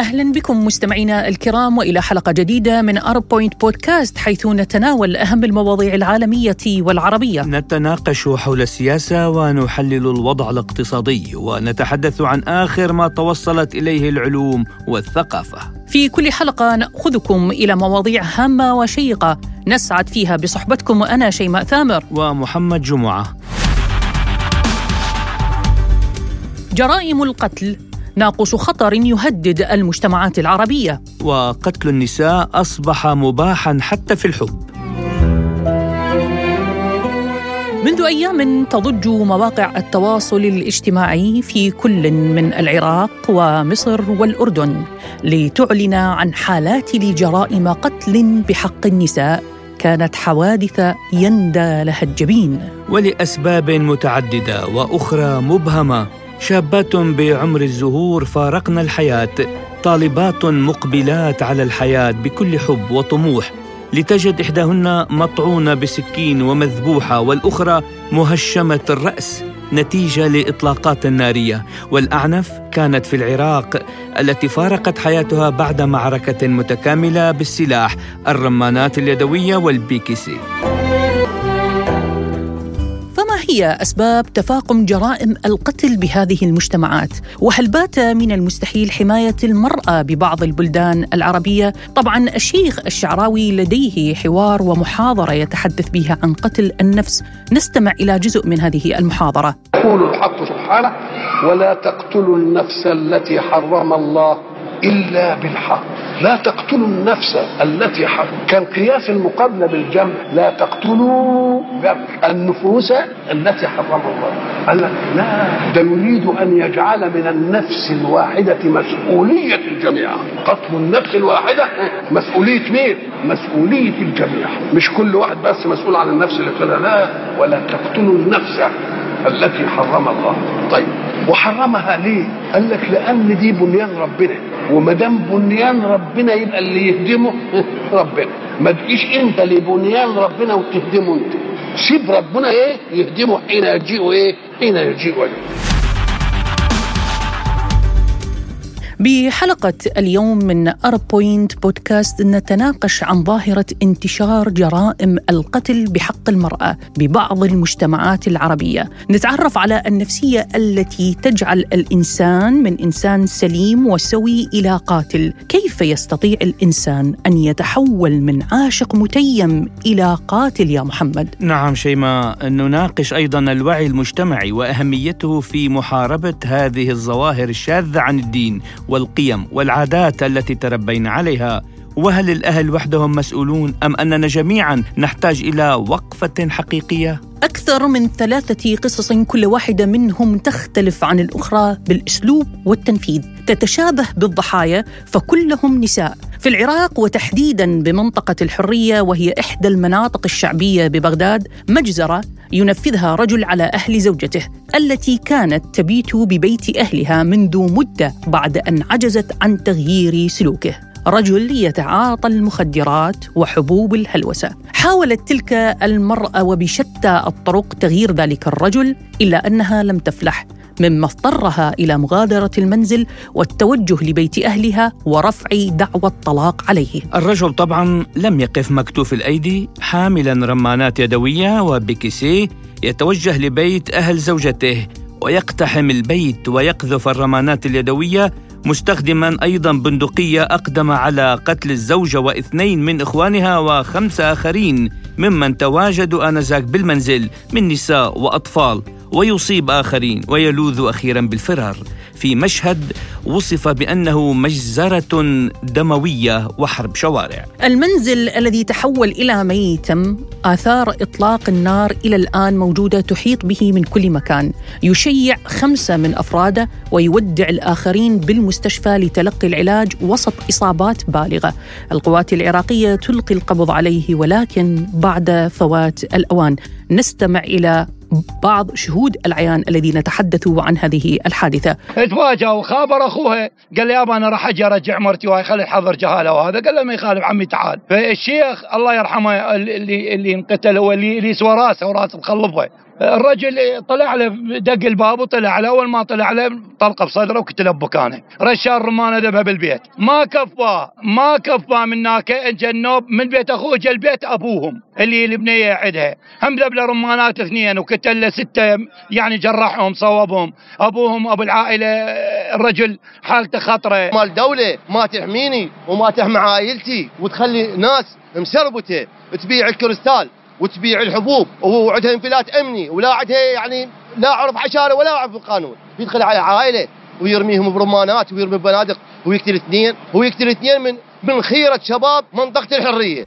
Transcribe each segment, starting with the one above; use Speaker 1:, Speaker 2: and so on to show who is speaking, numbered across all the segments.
Speaker 1: أهلا بكم مستمعينا الكرام وإلى حلقة جديدة من أرب بوينت بودكاست، حيث نتناول أهم المواضيع العالمية والعربية.
Speaker 2: نتناقش حول السياسة ونحلل الوضع الاقتصادي ونتحدث عن آخر ما توصلت إليه العلوم والثقافة.
Speaker 1: في كل حلقة نأخذكم إلى مواضيع هامة وشيقة نسعد فيها بصحبتكم، وأنا شيماء ثامر
Speaker 2: ومحمد جمعة.
Speaker 1: جرائم القتل ناقص خطر يهدد المجتمعات العربية،
Speaker 2: وقتل النساء أصبح مباحا حتى في الحب.
Speaker 1: منذ أيام تضج مواقع التواصل الاجتماعي في كل من العراق ومصر والأردن لتعلن عن حالات لجرائم قتل بحق النساء كانت حوادث يندى لها الجبين،
Speaker 2: ولأسباب متعددة وأخرى مبهمة. شابات بعمر الزهور فارقن الحياة، طالبات مقبلات على الحياة بكل حب وطموح، لتجد إحداهن مطعونة بسكين ومذبوحة، والأخرى مهشمة الرأس نتيجة لإطلاقات نارية. والأعنف كانت في العراق التي فارقت حياتها بعد معركة متكاملة بالسلاح، الرمانات اليدوية والبيكيسي.
Speaker 1: هي أسباب تفاقم جرائم القتل بهذه المجتمعات؟ وهل بات من المستحيل حماية المرأة ببعض البلدان العربية؟ طبعا الشيخ الشعراوي لديه حوار ومحاضرة يتحدث بها عن قتل النفس، نستمع إلى جزء من هذه المحاضرة.
Speaker 3: يقول الحق سبحانه: ولا تقتلوا النفس التي حرم الله إلا بالحق. لا تقتلوا النفس التي حرم، كان قياس المقابلة بالجمع: لا تقتلوا النفوس التي حرم الله. قال لك لا، ده يريد أن يجعل من النفس الواحدة مسؤولية الجميع. قتل النفس الواحدة مسؤولية مين؟ مسؤولية الجميع، مش كل واحد بس مسؤول عن النفس اللي قتلها. لا، ولا تقتلوا النفس التي حرم الله. طيب، وحرمها ليه؟ قال لك لأن دي بنيان ربنا، وما دام بنيان ربنا يبقى اللي يهدمه ربنا. ما تجيش انت لبنيان ربنا وتهدمه انت، سيب ربنا يهدمه حين يجيء حين يجيء.
Speaker 1: بحلقة اليوم من أرب بوينت بودكاست نتناقش عن ظاهرة انتشار جرائم القتل بحق المرأة ببعض المجتمعات العربية، نتعرف على النفسية التي تجعل الإنسان من إنسان سليم وسوي إلى قاتل. كيف يستطيع الإنسان أن يتحول من عاشق متيم إلى قاتل يا محمد؟
Speaker 2: نعم شيماء، نناقش أيضا الوعي المجتمعي وأهميته في محاربة هذه الظواهر الشاذة عن الدين والقيم والعادات التي تربينا عليها. وهل الأهل وحدهم مسؤولون أم أننا جميعا نحتاج إلى وقفة حقيقية؟
Speaker 1: أكثر من 3 قصص كل واحدة منهم تختلف عن الأخرى بالأسلوب والتنفيذ، تتشابه بالضحايا فكلهم نساء. في العراق وتحديداً بمنطقة الحرية، وهي إحدى المناطق الشعبية ببغداد، مجزرة ينفذها رجل على أهل زوجته التي كانت تبيت ببيت أهلها منذ مدة بعد أن عجزت عن تغيير سلوكه. رجل يتعاطى المخدرات وحبوب الهلوسة. حاولت تلك المرأة وبشتى الطرق تغيير ذلك الرجل، إلا أنها لم تفلح، مما اضطرها إلى مغادرة المنزل والتوجه لبيت أهلها ورفع دعوى الطلاق عليه.
Speaker 2: الرجل طبعا لم يقف مكتوف الأيدي، حاملا رمانات يدوية وبيكيسي يتوجه لبيت أهل زوجته ويقتحم البيت ويقذف الرمانات اليدوية، مستخدما أيضا بندقية أقدم على قتل الزوجة و2 من إخوانها و5 آخرين ممن تواجدوا آنذاك بالمنزل من نساء وأطفال، ويصيب آخرين ويلوذ أخيرا بالفرار، في مشهد وصف بأنه مجزرة دموية وحرب شوارع.
Speaker 1: المنزل الذي تحول إلى ميتم، آثار إطلاق النار إلى الآن موجودة تحيط به من كل مكان، يشيع 5 من أفراده ويودع الآخرين بالمستشفى لتلقي العلاج وسط إصابات بالغة. القوات العراقية تلقي القبض عليه ولكن بعد فوات الأوان. نستمع إلى بعض شهود العيان الذين تحدثوا عن هذه الحادثة.
Speaker 4: تواجه وخابر أخوها، قال لي يابا أنا راح أجي أرجع مرتي وهاي، خلي الحظر جهالة، وهذا قال له ما يخالف عمي تعال. فالشيخ الله يرحمه اللي انقتل هو اللي سوى راسه وراس مخلفه، الرجل طلع له دق الباب وطلع له، أول ما طلع له طلقه بصدره وكتله ببكانه، رشال رمانه ذبها بالبيت، ما كفى من هناك. اجى النوب من بيت أخوه، اجى البيت أبوهم اللي البنية عندها، هم ذبله رمانات 2 وكتله 6، يعني جرحهم صوبهم. أبوهم أبو العائلة الرجل حالته خطرة.
Speaker 5: مال دولة ما تحميني وما تحمي عائلتي وتخلي ناس مسربته تبيع الكريستال وتبيع الحبوب وعندها انفلات امني ولا عندها يعني لا عرف حشاره ولا عرف القانون، يدخل على عائله ويرميهم برمانات ويرمي ببنادق ويقتل 2 من خيره شباب منطقه الحريه.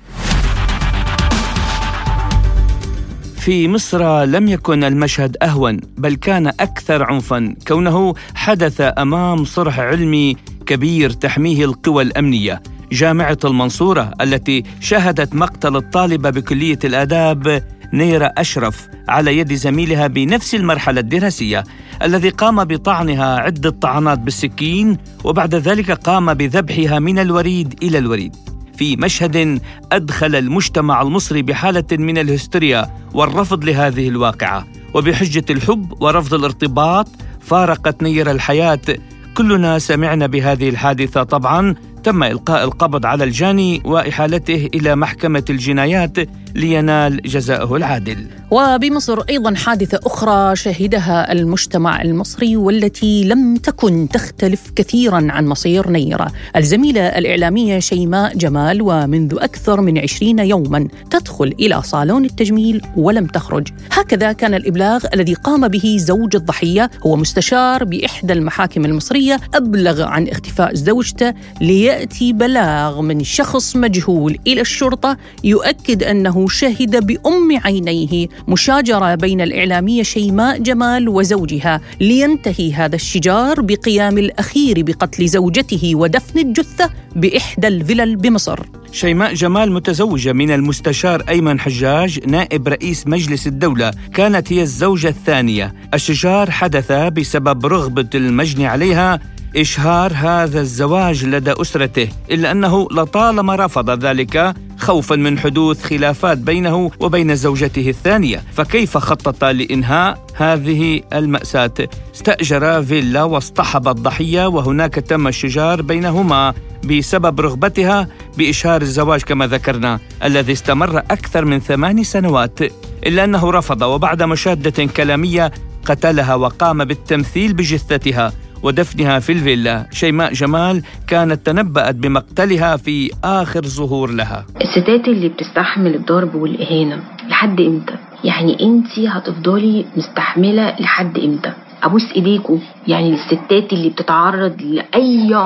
Speaker 2: في مصر لم يكن المشهد أهون، بل كان أكثر عنفاً، كونه حدث أمام صرح علمي كبير تحميه القوى الأمنية. جامعة المنصورة التي شهدت مقتل الطالبة بكلية الآداب نيرة أشرف على يد زميلها بنفس المرحلة الدراسية، الذي قام بطعنها عدة طعنات بالسكين وبعد ذلك قام بذبحها من الوريد إلى الوريد، في مشهد أدخل المجتمع المصري بحالة من الهستيريا والرفض لهذه الواقعة. وبحجة الحب ورفض الارتباط فارقت نيرة الحياة. كلنا سمعنا بهذه الحادثة طبعا. تم إلقاء القبض على الجاني وإحالته إلى محكمة الجنايات لينال جزاءه العادل.
Speaker 1: وبمصر أيضا حادثة أخرى شهدها المجتمع المصري والتي لم تكن تختلف كثيرا عن مصير نيرة. الزميلة الإعلامية شيماء جمال ومنذ أكثر من 20 يوما تدخل إلى صالون التجميل ولم تخرج. هكذا كان الإبلاغ الذي قام به زوج الضحية، هو مستشار بإحدى المحاكم المصرية، أبلغ عن اختفاء زوجته ليأتي بلاغ من شخص مجهول إلى الشرطة يؤكد أنه شهد بأم عينيه مشاجرة بين الإعلامية شيماء جمال وزوجها، لينتهي هذا الشجار بقيام الأخير بقتل زوجته ودفن الجثة بإحدى الفلل بمصر.
Speaker 2: شيماء جمال متزوجة من المستشار أيمن حجاج نائب رئيس مجلس الدولة، كانت هي الزوجة الثانية. الشجار حدث بسبب رغبة المجني عليها إشهار هذا الزواج لدى أسرته، إلا أنه لطالما رفض ذلك خوفا من حدوث خلافات بينه وبين زوجته الثانية. فكيف خطط لإنهاء هذه المأساة؟ استأجر فيلا واصطحب الضحية، وهناك تم الشجار بينهما بسبب رغبتها بإشهار الزواج كما ذكرنا، الذي استمر أكثر من 8 سنوات، إلا أنه رفض، وبعد مشادة كلامية قتلها وقام بالتمثيل بجثتها ودفنها في الفيلا. شيماء جمال كانت تنبأت بمقتلها في آخر ظهور لها.
Speaker 6: الستات اللي بتستحمل الضرب والإهانة لحد إمتى؟ يعني أنتي هتفضلي مستحملة لحد إمتى؟ أبوس إيديكوا يعني الستات اللي بتتعرض لأي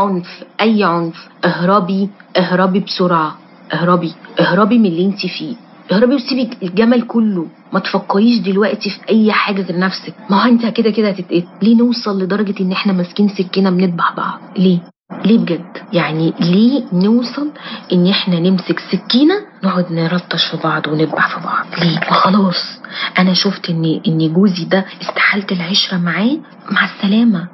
Speaker 6: عنف اهربي بسرعة، اهربي من اللي انتي فيه، اهربي وسيبي الجمل كله، ما تفكريش دلوقتي في اي حاجه غير نفسك. ما هو انت كده هتتقتل. ليه نوصل لدرجه ان احنا ماسكين سكينه بنذبح بعض؟ ليه بجد؟ يعني ليه نوصل ان احنا نمسك سكينه نقعد نرطش في بعض ونذبح في بعض؟ ليه؟ خلاص انا شفت ان جوزي ده استحالت العشره معاه، مع السلامه.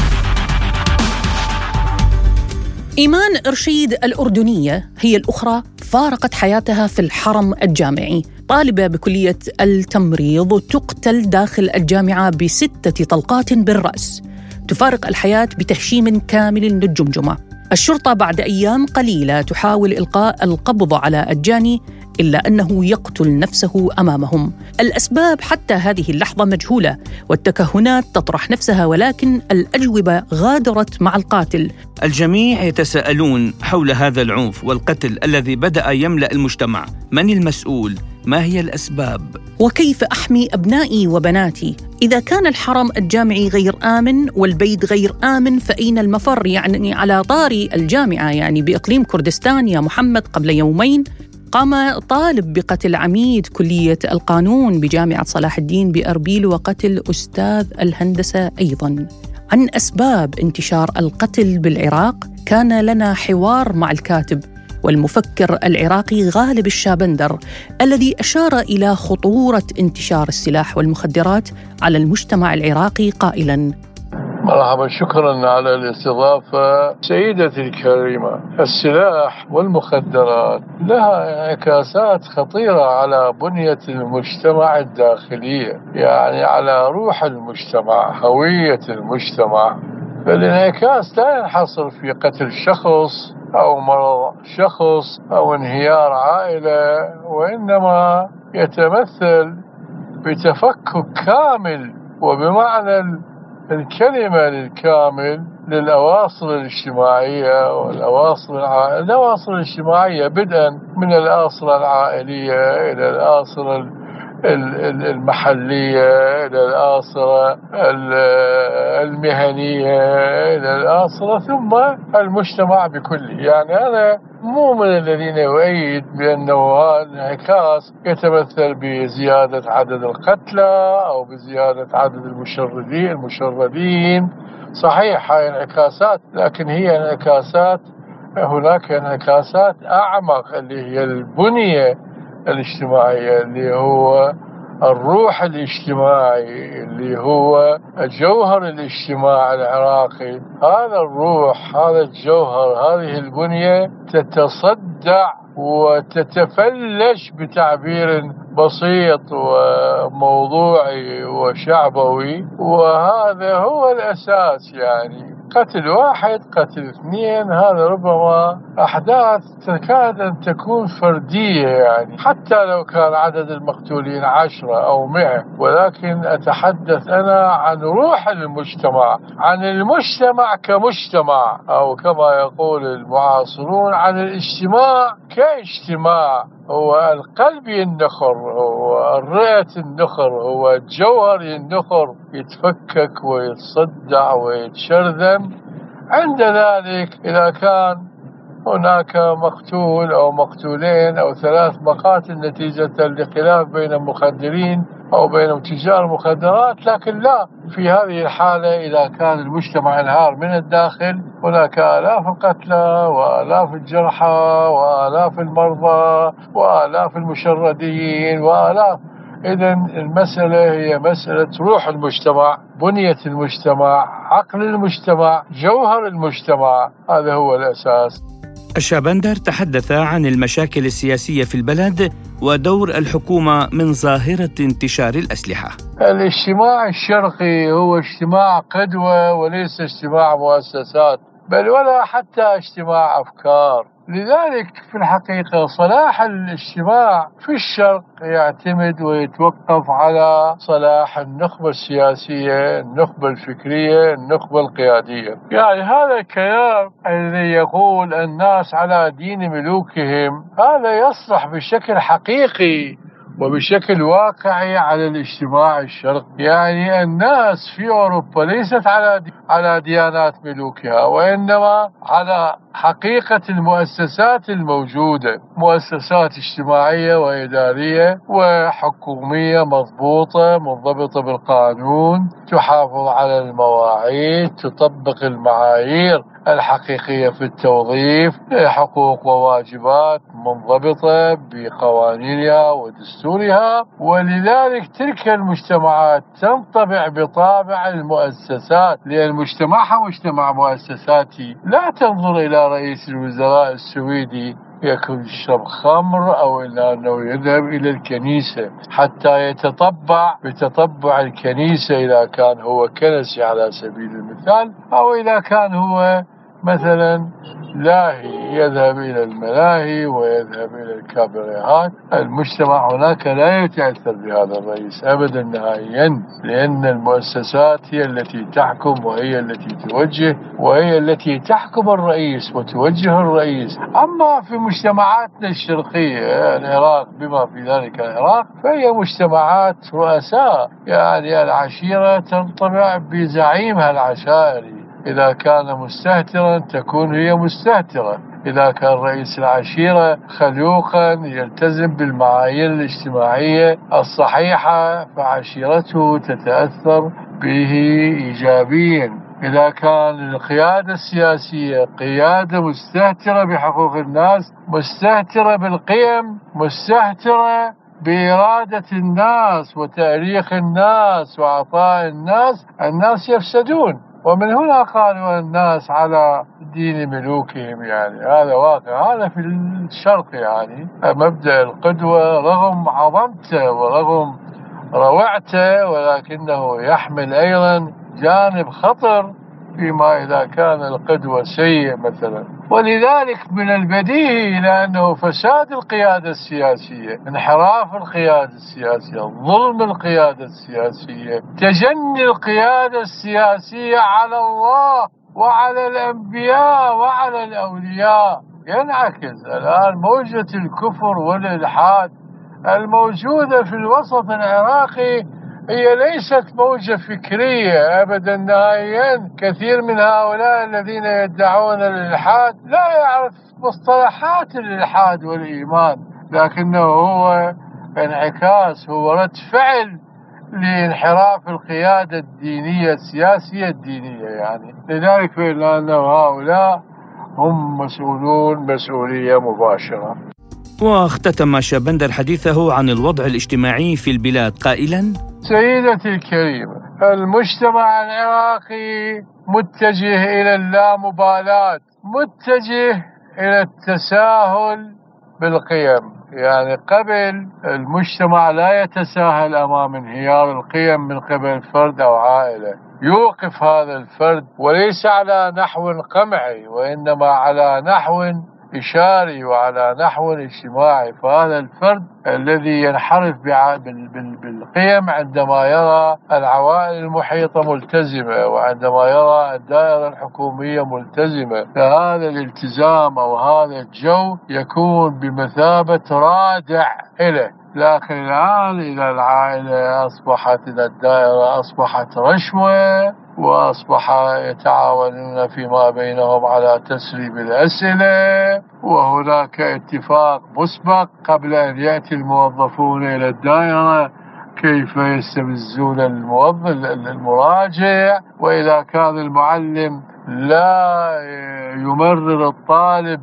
Speaker 1: إيمان رشيد الأردنية هي الأخرى فارقت حياتها في الحرم الجامعي. طالبة بكلية التمريض تقتل داخل الجامعة ب6 طلقات بالرأس، تفارق الحياة بتهشيم كامل للجمجمة. الشرطة بعد أيام قليلة تحاول إلقاء القبض على الجاني، إلا أنه يقتل نفسه أمامهم. الأسباب حتى هذه اللحظة مجهولة، والتكهنات تطرح نفسها، ولكن الأجوبة غادرت مع القاتل.
Speaker 2: الجميع يتساءلون حول هذا العنف والقتل الذي بدأ يملأ المجتمع. من المسؤول؟ ما هي الأسباب؟
Speaker 1: وكيف أحمي أبنائي وبناتي؟ إذا كان الحرم الجامعي غير آمن والبيت غير آمن، فأين المفر؟ يعني على طاري الجامعة، يعني بإقليم كردستان يا محمد، قبل يومين قام طالب بقتل عميد كلية القانون بجامعة صلاح الدين بأربيل وقتل أستاذ الهندسة أيضاً. عن أسباب انتشار القتل بالعراق كان لنا حوار مع الكاتب والمفكر العراقي غالب الشابندر، الذي أشار إلى خطورة انتشار السلاح والمخدرات على المجتمع العراقي قائلاً:
Speaker 7: مرحبا، شكرا على الاستضافة. سيدتي الكريمة، السلاح والمخدرات لها انعكاسات خطيرة على بنية المجتمع الداخلية، يعني على روح المجتمع، هوية المجتمع. فالانعكاس لا ينحصر في قتل شخص أو مرض شخص أو انهيار عائلة، وإنما يتمثل بتفكك كامل وبمعنى الكلمة للكامل للأواصر الاجتماعية الأواصر الاجتماعية، بدءا من الأواصر العائلية إلى الأواصر المحلية إلى الأواصر المهنية إلى الأواصر ثم المجتمع بكله. يعني أنا مو من الذين يؤيد بأنه هذا الانعكاس يتمثل بزيادة عدد القتلى أو بزيادة عدد المشردين. صحيح هاي انعكاسات، لكن هي انعكاسات، هناك انعكاسات أعمق اللي هي البنية الاجتماعية، اللي هو الروح الاجتماعي، اللي هو الجوهر الاجتماعي العراقي. هذا الروح، هذا الجوهر، هذه البنية تتصدع وتتفلش بتعبير بسيط وموضوعي وشعبوي، وهذا هو الأساس. يعني قتل واحد، قتل اثنين، هذا ربما أحداث تكاد أن تكون فردية، يعني حتى لو كان عدد المقتولين 10 أو 100، ولكن أتحدث أنا عن روح المجتمع، عن المجتمع كمجتمع، أو كما يقول المعاصرون عن الاجتماع كاجتماع. هو القلب ينخر، هو الرئة النخر، هو الجوهر النخر، يتفكك ويتصدع ويتشرذم. عند ذلك إذا كان هناك مقتول أو مقتولين أو 3 مقاتل نتيجة لخلاف بين المخدرين أو بين تجار المخدرات، لكن لا، في هذه الحالة إذا كان المجتمع انهار من الداخل، هناك آلاف القتلى وآلاف الجرحى وآلاف المرضى وآلاف المشردين وآلاف. إذن المسألة هي مسألة روح المجتمع، بنية المجتمع، عقل المجتمع، جوهر المجتمع، هذا هو الأساس.
Speaker 2: الشابندر تحدث عن المشاكل السياسية في البلد ودور الحكومة من ظاهرة انتشار الأسلحة.
Speaker 7: الاجتماع الشرقي هو اجتماع قدوة وليس اجتماع مؤسسات، بل ولا حتى اجتماع أفكار. لذلك في الحقيقة صلاح الاجتماع في الشرق يعتمد ويتوقف على صلاح النخبة السياسية، النخبة الفكرية، النخبة القيادية. يعني هذا الكلام الذي يقول الناس على دين ملوكهم، هذا يصلح بشكل حقيقي وبشكل واقعي على الاجتماع الشرقي. يعني الناس في أوروبا ليست على ديانات ملوكها، وإنما على حقيقة المؤسسات الموجودة، مؤسسات اجتماعية وإدارية وحكومية مضبوطة منضبطة بالقانون، تحافظ على المواعيد، تطبق المعايير الحقيقية في التوظيف، حقوق وواجبات منضبطة بقوانينها ودستورها. ولذلك تلك المجتمعات تنطبع بطابع المؤسسات، لأن مجتمعها مجتمع مؤسساتي. لا تنظر إلى رئيس الوزراء السويدي يشرب خمر أو إلا أنه يذهب إلى الكنيسة حتى يتطبع بتطبع الكنيسة إذا كان هو كنسي على سبيل المثال، أو إذا كان هو مثلا لاهي يذهب إلى الملاهي ويذهب إلى الكابريهات. المجتمع هناك لا يتأثر بهذا الرئيس أبدا نهائيا، لأن المؤسسات هي التي تحكم وهي التي توجه وهي التي تحكم الرئيس وتوجه الرئيس. أما في مجتمعاتنا الشرقية، العراق بما في ذلك العراق، فهي مجتمعات رؤساء، يعني العشيرة تنطبع بزعيمها العشائري. إذا كان مستهترا تكون هي مستهترة، إذا كان رئيس العشيرة خلوقا يلتزم بالمعايير الاجتماعية الصحيحة فعشيرته تتأثر به إيجابيا. إذا كان القيادة السياسية قيادة مستهترة بحقوق الناس، مستهترة بالقيم، مستهترة بإرادة الناس وتأريخ الناس وعطاء الناس، الناس يفسدون. ومن هنا قالوا الناس على دين ملوكهم، يعني هذا واقع، هذا في الشرق يعني مبدأ القدوة رغم عظمته ورغم روعته، ولكنه يحمل أيضا جانب خطر فيما إذا كان القدوة سيء مثلا. ولذلك من البديهي إلى أنه فساد القيادة السياسية، انحراف القيادة السياسية، ظلم القيادة السياسية، تجني القيادة السياسية على الله وعلى الأنبياء وعلى الأولياء ينعكس. الآن موجة الكفر والإلحاد الموجودة في الوسط العراقي هي ليست موجة فكرية أبدا نهائيا. كثير من هؤلاء الذين يدعون الإلحاد لا يعرف مصطلحات الإلحاد والإيمان، لكنه هو انعكاس، هو رد فعل لانحراف القيادة الدينية السياسية الدينية يعني. لذلك فإن هؤلاء هم مسؤولون مسؤولية مباشرة.
Speaker 2: واختتم شابندر حديثه عن الوضع الاجتماعي في البلاد قائلا:
Speaker 7: سيدتي الكريمة، المجتمع العراقي متجه إلى اللامبالاة، متجه إلى التساهل بالقيم. يعني قبل المجتمع لا يتساهل أمام انهيار القيم من قبل فرد أو عائلة، يوقف هذا الفرد وليس على نحو قمعي وإنما على نحو إشاري وعلى نحو اجتماعي. فهذا الفرد الذي ينحرف بالقيم عندما يرى العوائل المحيطة ملتزمة وعندما يرى الدائرة الحكومية ملتزمة، فهذا الالتزام أو هذا الجو يكون بمثابة رادع إليه. لكن الآن إذا العائلة أصبحت، إذا الدائرة أصبحت رشوة، وأصبح يتعاونون فيما بينهم على تسريب الأسئلة، وهناك اتفاق مسبق قبل أن يأتي الموظفون إلى الدائرة كيف يستفزون المراجع، وإذا كان المعلم لا يمرر الطالب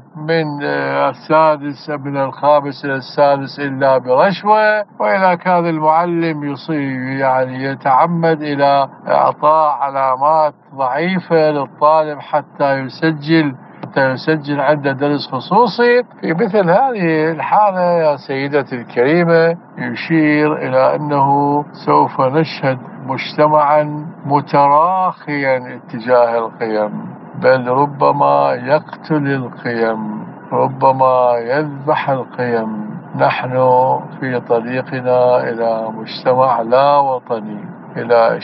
Speaker 7: من الخامس إلى السادس إلا برشوة، وإذا كان المعلم يعني يتعمد إلى إعطاء علامات ضعيفة للطالب حتى يسجل عند درس خصوصي. في مثل هذه الحالة يا سيدتي الكريمة يشير إلى أنه سوف نشهد مجتمعا متراخيا اتجاه القيم، بل ربما يقتل القيم، ربما يذبح القيم. نحن في طريقنا إلى مجتمع لا وطني، إلى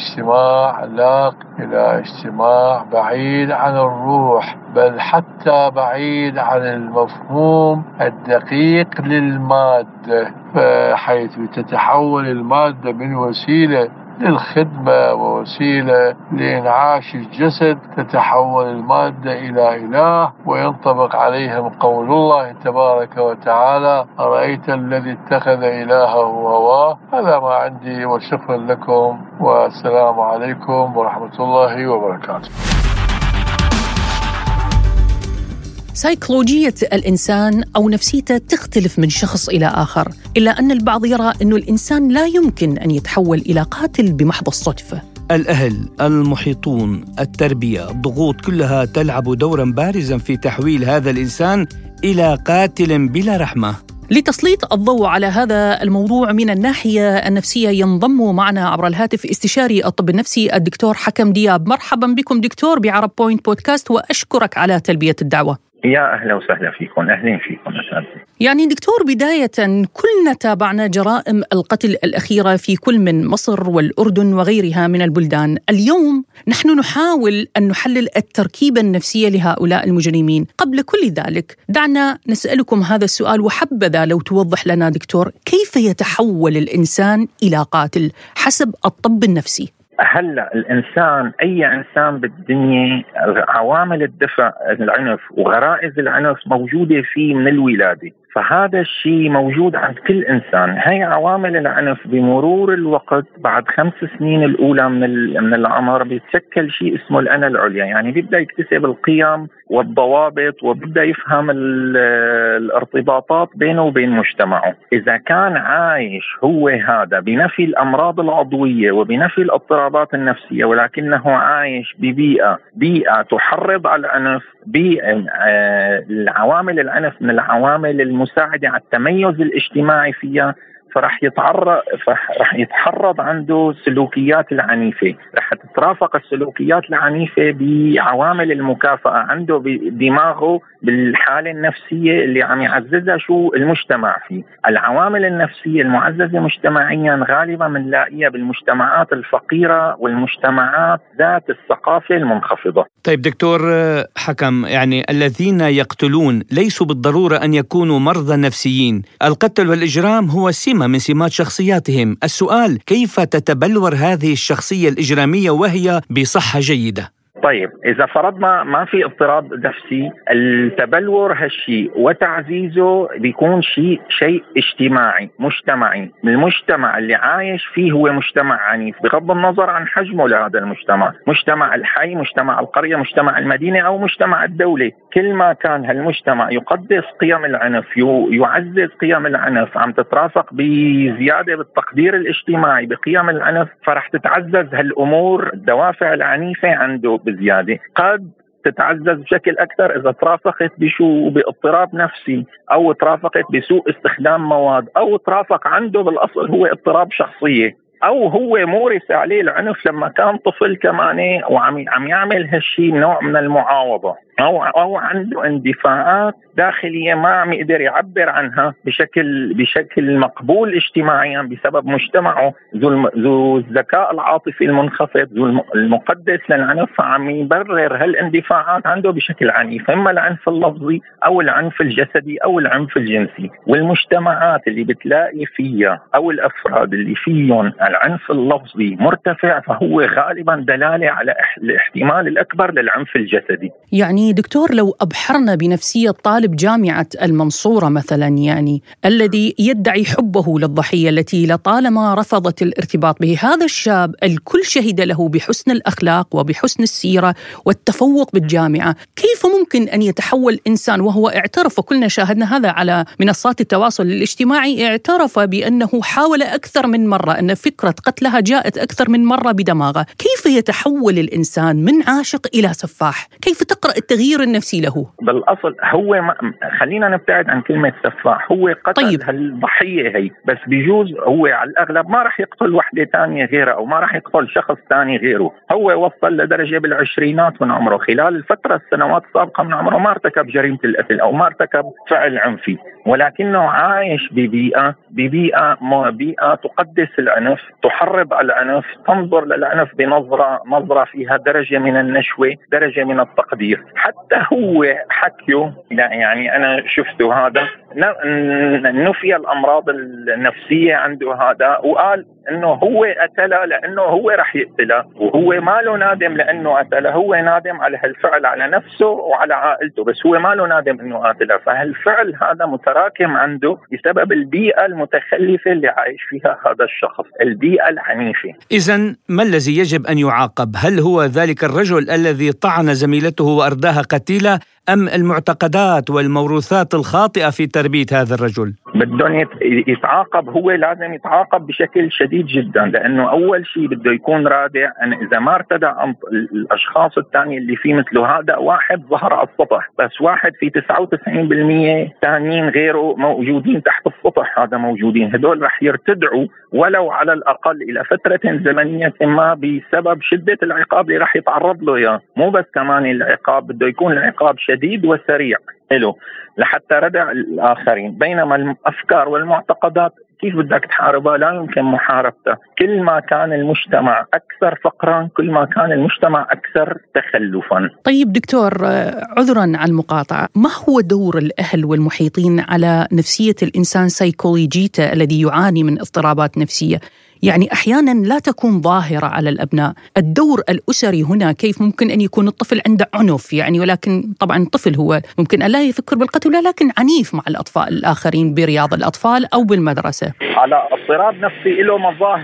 Speaker 7: اجتماع بعيد عن الروح، بل حتى بعيد عن المفهوم الدقيق للمادة، حيث تتحول المادة من وسيلة للخدمة ووسيلة لإنعاش الجسد، تتحول المادة إلى إله، وينطبق عليهم قول الله تبارك وتعالى: أرأيت الذي اتخذ إلهه هواه. هذا ما عندي، وشكرا لكم، والسلام عليكم ورحمة الله وبركاته.
Speaker 1: سيكولوجية الإنسان أو نفسيته تختلف من شخص إلى آخر، إلا أن البعض يرى أن الإنسان لا يمكن أن يتحول إلى قاتل بمحض الصدفة.
Speaker 2: الأهل، المحيطون، التربية، الضغوط كلها تلعب دورا بارزا في تحويل هذا الإنسان إلى قاتل بلا رحمة.
Speaker 1: لتسليط الضوء على هذا الموضوع من الناحية النفسية ينضم معنا عبر الهاتف استشاري الطب النفسي الدكتور حكم دياب. مرحبا بكم دكتور بعرب بوينت بودكاست، وأشكرك على تلبية الدعوة.
Speaker 8: يا أهلا وسهلا فيكم، أهلين فيكم.
Speaker 1: يعني دكتور، بداية كلنا تابعنا جرائم القتل الأخيرة في كل من مصر والأردن وغيرها من البلدان. اليوم نحن نحاول أن نحلل التركيبة النفسية لهؤلاء المجرمين. قبل كل ذلك دعنا نسألكم هذا السؤال، وحبذا لو توضح لنا دكتور كيف يتحول الإنسان إلى قاتل حسب الطب النفسي؟
Speaker 8: هلا الانسان، اي انسان بالدنيا، عوامل الدفع العنف وغرائز العنف موجوده فيه من الولاده. فهذا الشيء موجود عند كل إنسان. هاي عوامل العنف بمرور الوقت بعد 5 سنين الأولى من العمر بيتشكل شيء اسمه الأنا العليا، يعني بيبدأ يكتسب القيم والضوابط وبيبدأ يفهم الارتباطات بينه وبين مجتمعه. إذا كان عايش هو هذا بنفي الأمراض العضوية وبنفي الاضطرابات النفسية، ولكنه عايش ببيئة تحرض على العنف، العوامل العنف من العوامل المساعدة على التميز الاجتماعي فيها، فرح يتحرض عنده سلوكيات العنيفة، رح تترافق السلوكيات العنيفة بعوامل المكافأة عنده بدماغه بالحالة النفسية اللي عم يعززها شو المجتمع فيه. العوامل النفسية المعززة مجتمعيا غالبا بنلاقيها بالمجتمعات الفقيرة والمجتمعات ذات الثقافة المنخفضة.
Speaker 2: طيب دكتور حكم، يعني الذين يقتلون ليسوا بالضرورة أن يكونوا مرضى نفسيين، القتل والإجرام هو سمة من سمات شخصياتهم. السؤال كيف تتبلور هذه الشخصية الإجرامية وهي بصحة جيدة؟
Speaker 8: طيب إذا فرضنا ما في اضطراب نفسي، التبلور هالشيء وتعزيزه بيكون شيء اجتماعي مجتمعي. المجتمع اللي عايش فيه هو مجتمع عنيف بغض النظر عن حجمه لهذا المجتمع، مجتمع الحي، مجتمع القرية، مجتمع المدينة أو مجتمع الدولة. كل ما كان هالمجتمع يقدس قيم العنف، يعزز قيم العنف، عم تترافق بزيادة بالتقدير الاجتماعي بقيم العنف، فرح تتعزز هالأمور الدوافع العنيفة عنده بزيادة. قد تتعزز بشكل أكثر إذا ترافقت باضطراب نفسي، أو ترافقت بسوء استخدام مواد، أو ترافق عنده بالأصل هو اضطراب شخصية، أو هو مورس عليه العنف لما كان طفل كمان وعم يعمل هالشيء نوع من المعاوضة، أو عنده اندفاعات داخلية ما عم يقدر يعبر عنها بشكل مقبول اجتماعيا بسبب مجتمعه ذو الذكاء العاطفي المنخفض، ذو المقدس للعنف، فعم يبرر هالاندفاعات عنده بشكل عنيف، إما العنف اللفظي أو العنف الجسدي أو العنف الجنسي. والمجتمعات اللي بتلاقي فيها أو الأفراد اللي فيهم العنف اللفظي مرتفع فهو غالبا دلالة على الاحتمال الأكبر للعنف الجسدي.
Speaker 1: يعني دكتور، لو أبحرنا بنفسية طالب جامعة المنصورة مثلا، يعني الذي يدعي حبه للضحية التي لطالما رفضت الارتباط به، هذا الشاب الكل شهد له بحسن الأخلاق وبحسن السيرة والتفوق بالجامعة، كيف ممكن أن يتحول إنسان وهو اعترف، وكلنا شاهدنا هذا على منصات التواصل الاجتماعي، اعترف بأنه حاول أكثر من مرة، أن فكرة قتلها جاءت أكثر من مرة بدماغه، كيف يتحول الإنسان من عاشق إلى سفاح؟ كيف تقرأ التغيير النفسي له؟
Speaker 8: بالأصل هو خلينا نبتعد عن كلمة سفاح، هو قتل
Speaker 1: طيب.
Speaker 8: هالضحية هي، بس بيجوز هو على الأغلب ما رح يقتل وحدة تانية غيره أو ما رح يقتل شخص تاني غيره. هو وصل لدرجة بالعشرينات من عمره، خلال السنوات السابقة من عمره ما ارتكب جريمة القتل أو ما ارتكب فعل عنفي، ولكنه عايش ببيئة تقدس العنف، تحرض على العنف، تنظر للعنف بنظرة فيها درجة من النشوة، درجة من التقدير. حتى هو حكيه، يعني أنا شفته هذا، نفي الأمراض النفسية عنده هذا، وقال إنه هو قتله لأنه هو رح يقتله، وهو ما له نادم لأنه قتله، هو نادم على هالفعل على نفسه وعلى عائلته، بس هو ما له نادم إنه قتله. فهالفعل هذا متراكم عنده بسبب البيئة المتخلفة اللي عايش فيها هذا الشخص، البيئة العنيفة.
Speaker 2: إذن ما الذي يجب أن يعاقب؟ هل هو ذلك الرجل الذي طعن زميلته وأرداها قتيلة، أم المعتقدات والموروثات الخاطئة في تربية هذا الرجل؟
Speaker 8: بدهم يتعاقب، هو لازم يتعاقب بشكل شديد جدا، لأنه أول شيء بده يكون رادع أن إذا ما ارتدع الأشخاص الثانية اللي فيه مثله هذا، واحد ظهر على السطح، بس واحد في 99% ثانيين غيره موجودين تحت السطح، هذا موجودين، هدول رح يرتدعوا ولو على الأقل إلى فترة زمنية ما بسبب شدة العقاب اللي رح يتعرض له إياه. مو بس كمان العقاب، بده يكون العقاب شديد وسريع له لحتى ردع الآخرين. بينما الأفكار والمعتقدات كيف بدك تحاربها؟ لا يمكن محاربتها. كل ما كان المجتمع أكثر فقرا، كل ما كان المجتمع أكثر تخلفا.
Speaker 1: طيب دكتور، عذرا على المقاطعة، ما هو دور الأهل والمحيطين على نفسية الإنسان سيكولوجيته الذي يعاني من اضطرابات نفسية؟ يعني أحيانا لا تكون ظاهرة على الأبناء. الدور الأسري هنا كيف ممكن أن يكون الطفل عنده عنف يعني، ولكن طبعا الطفل هو ممكن أن لا يفكر بالقتل ولكن عنيف مع الأطفال الآخرين برياض الأطفال أو بالمدرسة.
Speaker 8: على اضطراب نفسي له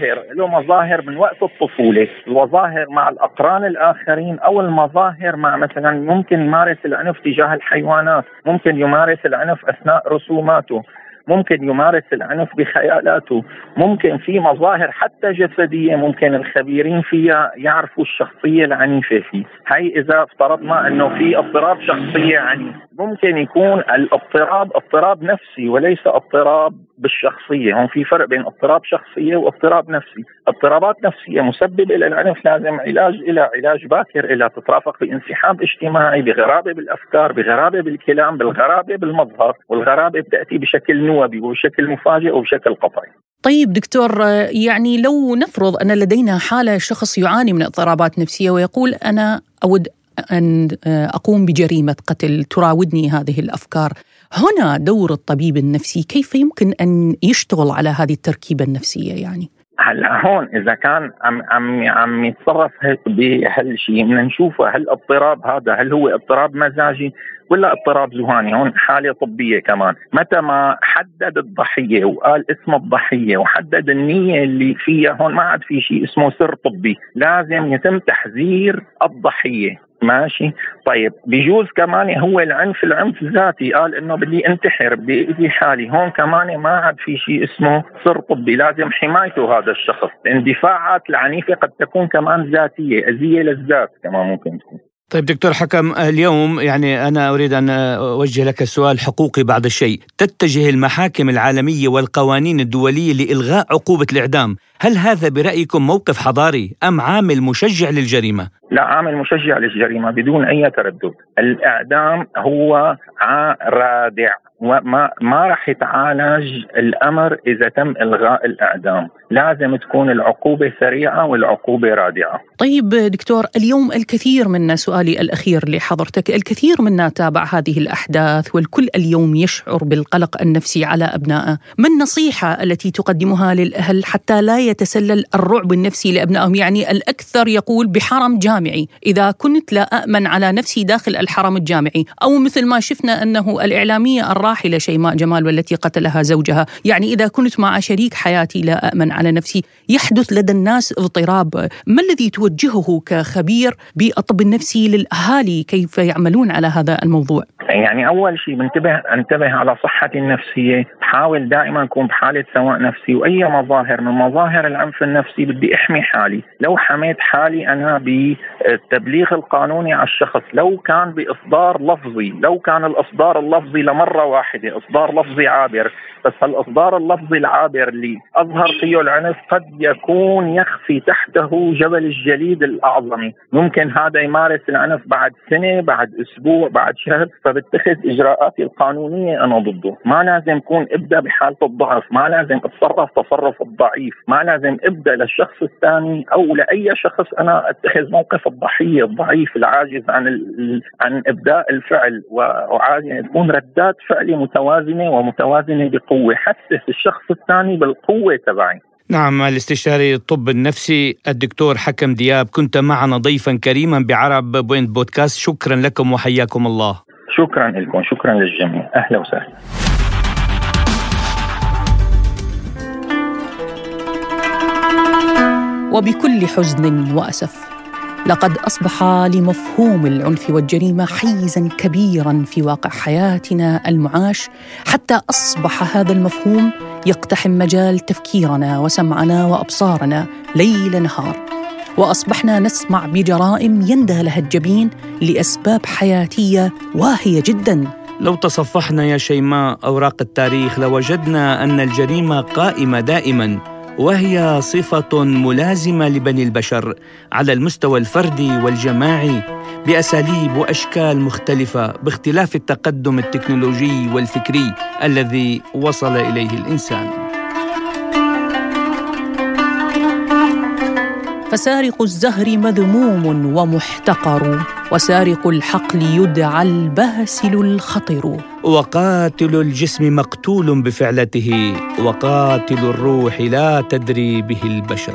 Speaker 8: مظاهر من وقت الطفولة، المظاهر مع الأقران الآخرين أو المظاهر مع مثلا ممكن يمارس العنف تجاه الحيوانات، ممكن يمارس العنف أثناء رسوماته، ممكن يمارس العنف بخيالاته، ممكن في مظاهر حتى جسدية ممكن الخبيرين فيها يعرفوا الشخصية العنيفة فيه. هاي إذا افترضنا أنه في اضطراب شخصية عنيف، ممكن يكون اضطراب نفسي وليس اضطراب بالشخصية. هون في فرق بين اضطراب شخصية واضطراب نفسي. اضطرابات نفسية مسببة للعنف لازم علاج باكر، إلى تترافق بانسحاب اجتماعي، بغرابة بالأفكار، بغرابة بالكلام، بالغرابة بالمظهر، والغرابة بتأتي بشكل نوبي وبشكل مفاجئ وبشكل قطعي.
Speaker 1: طيب دكتور، يعني لو نفرض أن لدينا حالة شخص يعاني من اضطرابات نفسية ويقول أنا أود أن أقوم بجريمة قتل تراودني هذه الأفكار، هنا دور الطبيب النفسي كيف يمكن أن يشتغل على هذه التركيبة النفسية يعني؟
Speaker 8: هلا هون إذا كان عم يتصرف بهالشيء بدنا نشوفه، هل الاضطراب هذا هل هو اضطراب مزاجي ولا اضطراب ذهاني؟ هون حالة طبية كمان. متى ما حدد الضحية وقال اسم الضحية وحدد النية اللي فيها، هون ما عاد في شيء اسمه سر طبي، لازم يتم تحذير الضحية. ماشي. طيب بيجوز كمان هو العنف ذاتي، قال انه بدي انتحر، بدي اذي حالي، هون كمان ما عاد في شيء اسمه سر طبي، لازم حمايته هذا الشخص. الاندفاعات العنيفة قد تكون كمان ذاتية، أذية للذات كمان ممكن تكون.
Speaker 2: طيب دكتور حكم، اليوم يعني أنا أريد أن أوجه لك سؤال حقوقي بعض الشيء. تتجه المحاكم العالمية والقوانين الدولية لإلغاء عقوبة الإعدام، هل هذا برأيكم موقف حضاري أم عامل مشجع للجريمة؟
Speaker 8: لا، عامل مشجع للجريمة بدون أي تردد. الإعدام هو رادع وما راح يتعالج الأمر إذا تم إلغاء الإعدام. لازم تكون العقوبة سريعة والعقوبة رادعة.
Speaker 1: طيب دكتور، اليوم الكثير منا، سؤالي الأخير لحضرتك، الكثير منا تابع هذه الأحداث والكل اليوم يشعر بالقلق النفسي على أبنائه. ما النصيحة التي تقدمها للأهل حتى لا يتسلل الرعب النفسي لأبنائهم؟ يعني الأكثر يقول بحرم جامعي، إذا كنت لا أأمن على نفسي داخل الحرم الجامعي، أو مثل ما شفنا أنه الإعلامية الراحلة شيماء جمال والتي قتلها زوجها، يعني إذا كنت مع شريك حياتي لا أأمن على نفسي. يحدث لدى الناس اضطراب. ما الذي توجهه كخبير بالطب النفسي للأهالي كيف يعملون على هذا الموضوع؟
Speaker 8: يعني أول شيء انتبه على صحتي النفسية، حاول دائما أكون بحالة سواء نفسي، وأي مظاهر من مظاهر العنف النفسي بدي أحمي حالي. لو حميت حالي أنا بالتبليغ القانوني على الشخص، لو كان بإصدار لفظي، لو كان الإصدار اللفظي لمرة واحدة، إصدار لفظي عابر، بس هالإصدار اللفظي العابر اللي أظهر فيه العنف قد يكون يخفي تحته جبل الجليد الأعظمي. ممكن هذا يمارس العنف بعد سنة، بعد أسبوع، بعد شهر، فبتخذ إجراءاتي القانونية أنا ضده. ما لازم أكون أبدأ بحالة الضعف، ما لازم أتصرف تصرف الضعيف، ما لازم أبدأ للشخص الثاني أو لأي شخص أنا أتخذ موقف الضحية الضعيف العاجز عن إبداء الفعل، وعاجز تكون ردات فعلي متوازنة ومتوازنة بقوة، حسس الشخص الثاني بالقوة تبعي.
Speaker 2: نعم، الاستشاري الطب النفسي الدكتور حكم دياب، كنت معنا ضيفا كريما بعرب بوينت بودكاست. شكرا لكم وحياكم الله.
Speaker 8: شكرا لكم، شكرا للجميع، أهلا وسهلا.
Speaker 1: وبكل حزن وأسف لقد أصبح لمفهوم العنف والجريمة حيزاً كبيراً في واقع حياتنا المعاش، حتى أصبح هذا المفهوم يقتحم مجال تفكيرنا وسمعنا وأبصارنا ليل نهار، وأصبحنا نسمع بجرائم يندى لها الجبين لأسباب حياتية واهية جداً.
Speaker 2: لو تصفحنا يا شيماء أوراق التاريخ لوجدنا أن الجريمة قائمة دائماً، وهي صفة ملازمة لبني البشر على المستوى الفردي والجماعي بأساليب وأشكال مختلفة باختلاف التقدم التكنولوجي والفكري الذي وصل إليه الإنسان.
Speaker 1: فسارق الزهر مذموم ومحتقر، وسارق الحقل يدعى الباسل الخطر.
Speaker 2: وقاتل الجسم مقتول بفعلته، وقاتل الروح لا تدري به البشر.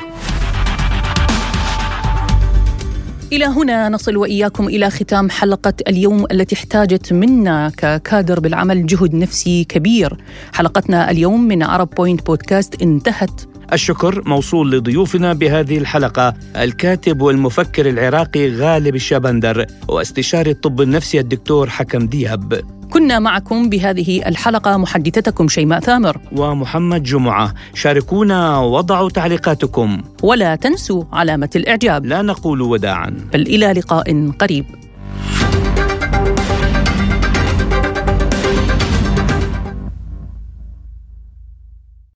Speaker 1: إلى هنا نصل وإياكم إلى ختام حلقة اليوم التي احتاجت منا ككادر بالعمل جهد نفسي كبير. حلقتنا اليوم من عرب بوينت بودكاست انتهت.
Speaker 2: الشكر موصول لضيوفنا بهذه الحلقة: الكاتب والمفكر العراقي غالب الشابندر، واستشاري الطب النفسي الدكتور حكم دياب.
Speaker 1: كنا معكم بهذه الحلقة محدثتكم شيماء ثامر
Speaker 2: ومحمد جمعة. شاركونا وضعوا تعليقاتكم،
Speaker 1: ولا تنسوا علامة الإعجاب.
Speaker 2: لا نقول وداعا،
Speaker 1: بل إلى لقاء قريب.